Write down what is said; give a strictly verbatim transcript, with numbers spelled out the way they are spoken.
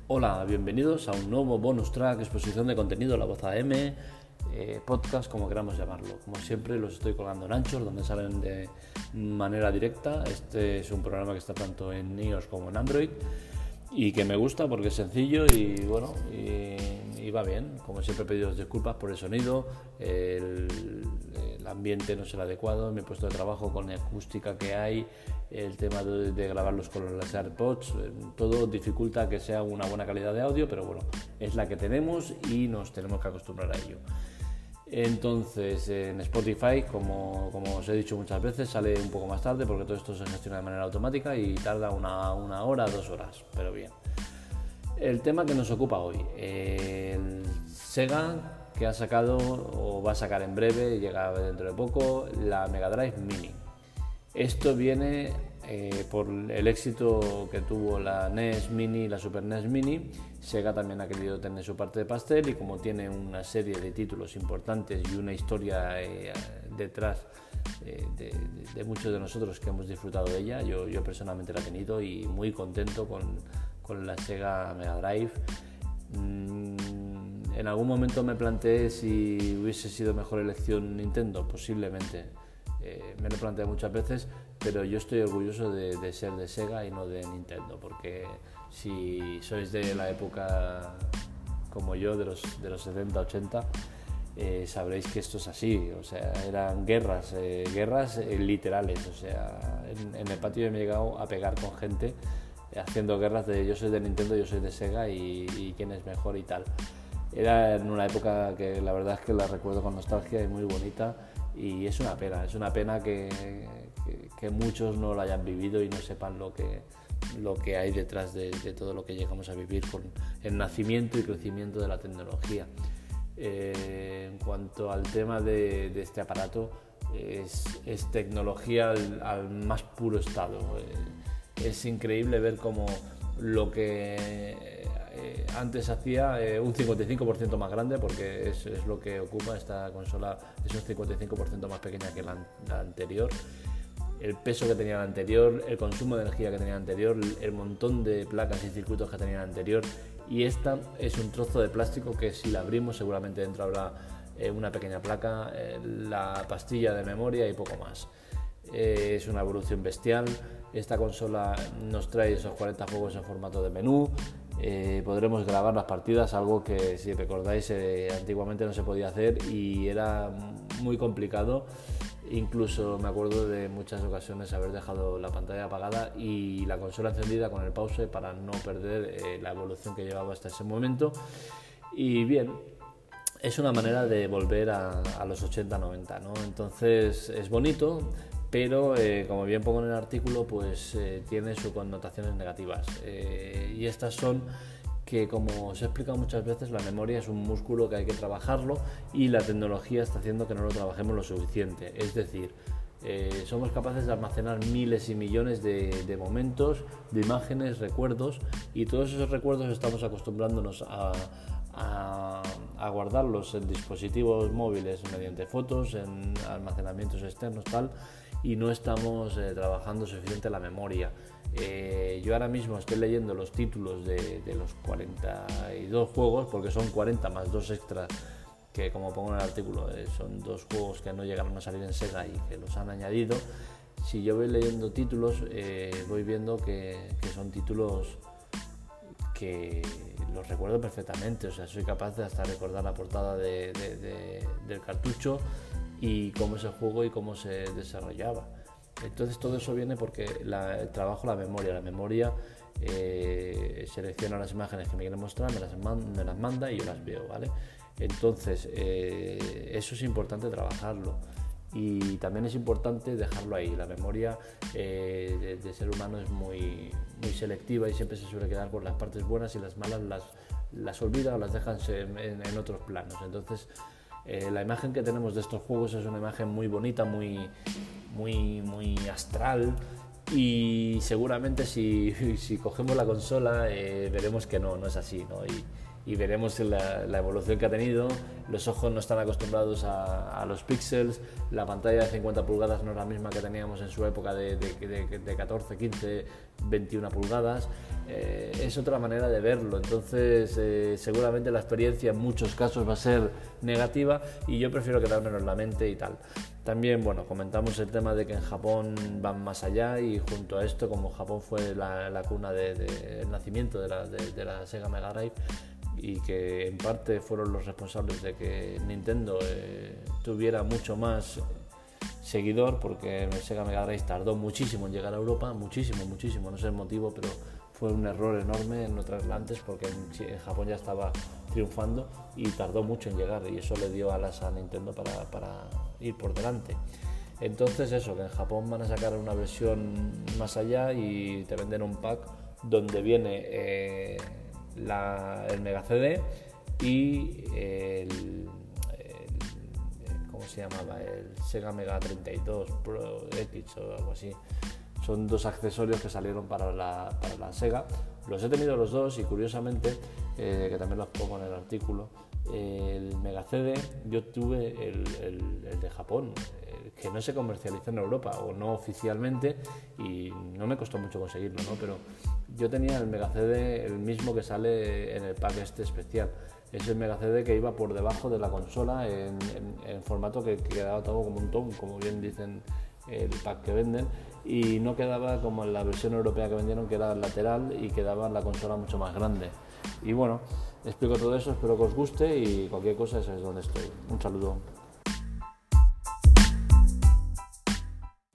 Hola, bienvenidos a un nuevo bonus track, exposición de contenido, la voz A M, eh, podcast, como queramos llamarlo. Como siempre, los estoy colgando en Anchor, donde salen de manera directa. Este es un programa que está tanto en iOS como en Android y que me gusta porque es sencillo y bueno, y, y va bien. Como siempre, pedidos disculpas por el sonido, el, el ambiente no es el adecuado, mi puesto de trabajo con la acústica que hay, el tema de, de grabarlos con las AirPods, todo dificulta que sea una buena calidad de audio, pero bueno, es la que tenemos y nos tenemos que acostumbrar a ello. Entonces, en Spotify, como, como os he dicho muchas veces, sale un poco más tarde porque todo esto se gestiona de manera automática y tarda una, una hora, dos horas, pero bien. El tema que nos ocupa hoy, el Sega, que ha sacado o va a sacar en breve, llega dentro de poco, la Mega Drive Mini. Esto viene eh, por el éxito que tuvo la N E S Mini y la Super N E S Mini. Sega también ha querido tener su parte de pastel y como tiene una serie de títulos importantes y una historia eh, detrás eh, de, de, de muchos de nosotros que hemos disfrutado de ella, yo, yo personalmente la he tenido y muy contento con, con la Sega Mega Drive. Mm, en algún momento me planteé si hubiese sido mejor elección Nintendo, posiblemente. Eh, me lo he planteado muchas veces, pero yo estoy orgulloso de, de ser de Sega y no de Nintendo, porque si sois de la época como yo, de los, de los setenta, ochenta, eh, sabréis que esto es así, o sea, eran guerras, eh, guerras eh, literales, o sea, en, en el patio me he llegado a pegar con gente eh, haciendo guerras de yo soy de Nintendo, yo soy de Sega y, y quién es mejor y tal. Era en una época que la verdad es que la recuerdo con nostalgia y muy bonita. Y es una pena, es una pena que, que, que muchos no lo hayan vivido y no sepan lo que, lo que hay detrás de, de todo lo que llegamos a vivir con el nacimiento y crecimiento de la tecnología. Eh, en cuanto al tema de, de este aparato, es, es tecnología al, al más puro estado. Eh, es increíble ver cómo lo que Eh, antes hacía eh, un cincuenta y cinco por ciento más grande, porque es, es lo que ocupa esta consola, es un cincuenta y cinco por ciento más pequeña que la, la anterior. El peso que tenía la anterior, el consumo de energía que tenía la anterior, el montón de placas y circuitos que tenía la anterior, y esta es un trozo de plástico que si la abrimos seguramente dentro habrá eh, una pequeña placa, eh, la pastilla de memoria y poco más. Eh, es una evolución bestial. Esta consola nos trae esos cuarenta juegos en formato de menú. Eh, podremos grabar las partidas, algo que si recordáis eh, antiguamente no se podía hacer y era muy complicado. Incluso me acuerdo de muchas ocasiones haber dejado la pantalla apagada y la consola encendida con el pause para no perder eh, la evolución que llevaba hasta ese momento. Y bien, es una manera de volver a, a los ochenta noventa, ¿no? Entonces es bonito, pero eh, como bien pongo en el artículo, pues eh, tiene sus connotaciones negativas. Eh, y estas son que, como os he explicado muchas veces, la memoria es un músculo que hay que trabajarlo y la tecnología está haciendo que no lo trabajemos lo suficiente. Es decir, eh, somos capaces de almacenar miles y millones de, de momentos, de imágenes, recuerdos, y todos esos recuerdos estamos acostumbrándonos a, a, a guardarlos en dispositivos móviles mediante fotos, en almacenamientos externos, tal, y no estamos eh, trabajando suficiente la memoria. Eh, yo ahora mismo estoy leyendo los títulos de, de los cuarenta y dos juegos, porque son cuarenta más dos extras, que como pongo en el artículo, eh, son dos juegos que no llegaron a salir en Sega y que los han añadido. Si yo voy leyendo títulos, eh, voy viendo que, que son títulos que los recuerdo perfectamente, o sea, soy capaz de hasta recordar la portada de, de, de, del cartucho y cómo es el juego y cómo se desarrollaba. Entonces todo eso viene porque la, el trabajo, la memoria, la memoria eh, selecciona las imágenes que me quieren mostrar, me las, man, me las manda y yo las veo, ¿vale? Entonces eh, eso es importante trabajarlo y también es importante dejarlo ahí. La memoria eh, de, de ser humano es muy, muy selectiva y siempre se suele quedar con las partes buenas y las malas las, las olvida o las dejan en, en, en otros planos. Entonces Eh, la imagen que tenemos de estos juegos es una imagen muy bonita, muy, muy, muy astral, y seguramente si, si cogemos la consola eh, veremos que no, no es así, ¿no? Y, y veremos la, la evolución que ha tenido. Los ojos no están acostumbrados a, a los píxeles, la pantalla de cincuenta pulgadas no es la misma que teníamos en su época de, de, de, de catorce, quince, veintiuna pulgadas. Eh, es otra manera de verlo, entonces eh, seguramente la experiencia en muchos casos va a ser negativa y yo prefiero quedármelo en la mente y tal. También, bueno, comentamos el tema de que en Japón van más allá y junto a esto, como Japón fue la, la cuna del de, de nacimiento de la, de, de la Sega Mega Drive y que en parte fueron los responsables de que Nintendo eh, tuviera mucho más seguidor, porque el Sega Mega Drive tardó muchísimo en llegar a Europa, muchísimo, muchísimo, no sé el motivo, pero fue un error enorme en no traerla antes porque en, en Japón ya estaba triunfando y tardó mucho en llegar y eso le dio alas a Nintendo para, para ir por delante. Entonces eso, que en Japón van a sacar una versión más allá y te venden un pack donde viene eh, la, el Mega C D y el, el, ¿cómo se llamaba? El Sega Mega treinta y dos Pro X o algo así. Son dos accesorios que salieron para la, para la Sega. Los he tenido los dos y curiosamente, eh, que también los pongo en el artículo, el Mega C D yo tuve el, el, el de Japón, eh, que no se comercializa en Europa o no oficialmente y no me costó mucho conseguirlo, ¿no? Pero yo tenía el Mega C D, el mismo que sale en el pack este especial. Es el Mega C D que iba por debajo de la consola en, en, en formato que, que quedaba todo como un tom, como bien dicen el pack que venden, y no quedaba como en la versión europea que vendieron, que era lateral y quedaba la consola mucho más grande. Y bueno, explico todo eso, espero que os guste y cualquier cosa, eso es donde estoy. Un saludo.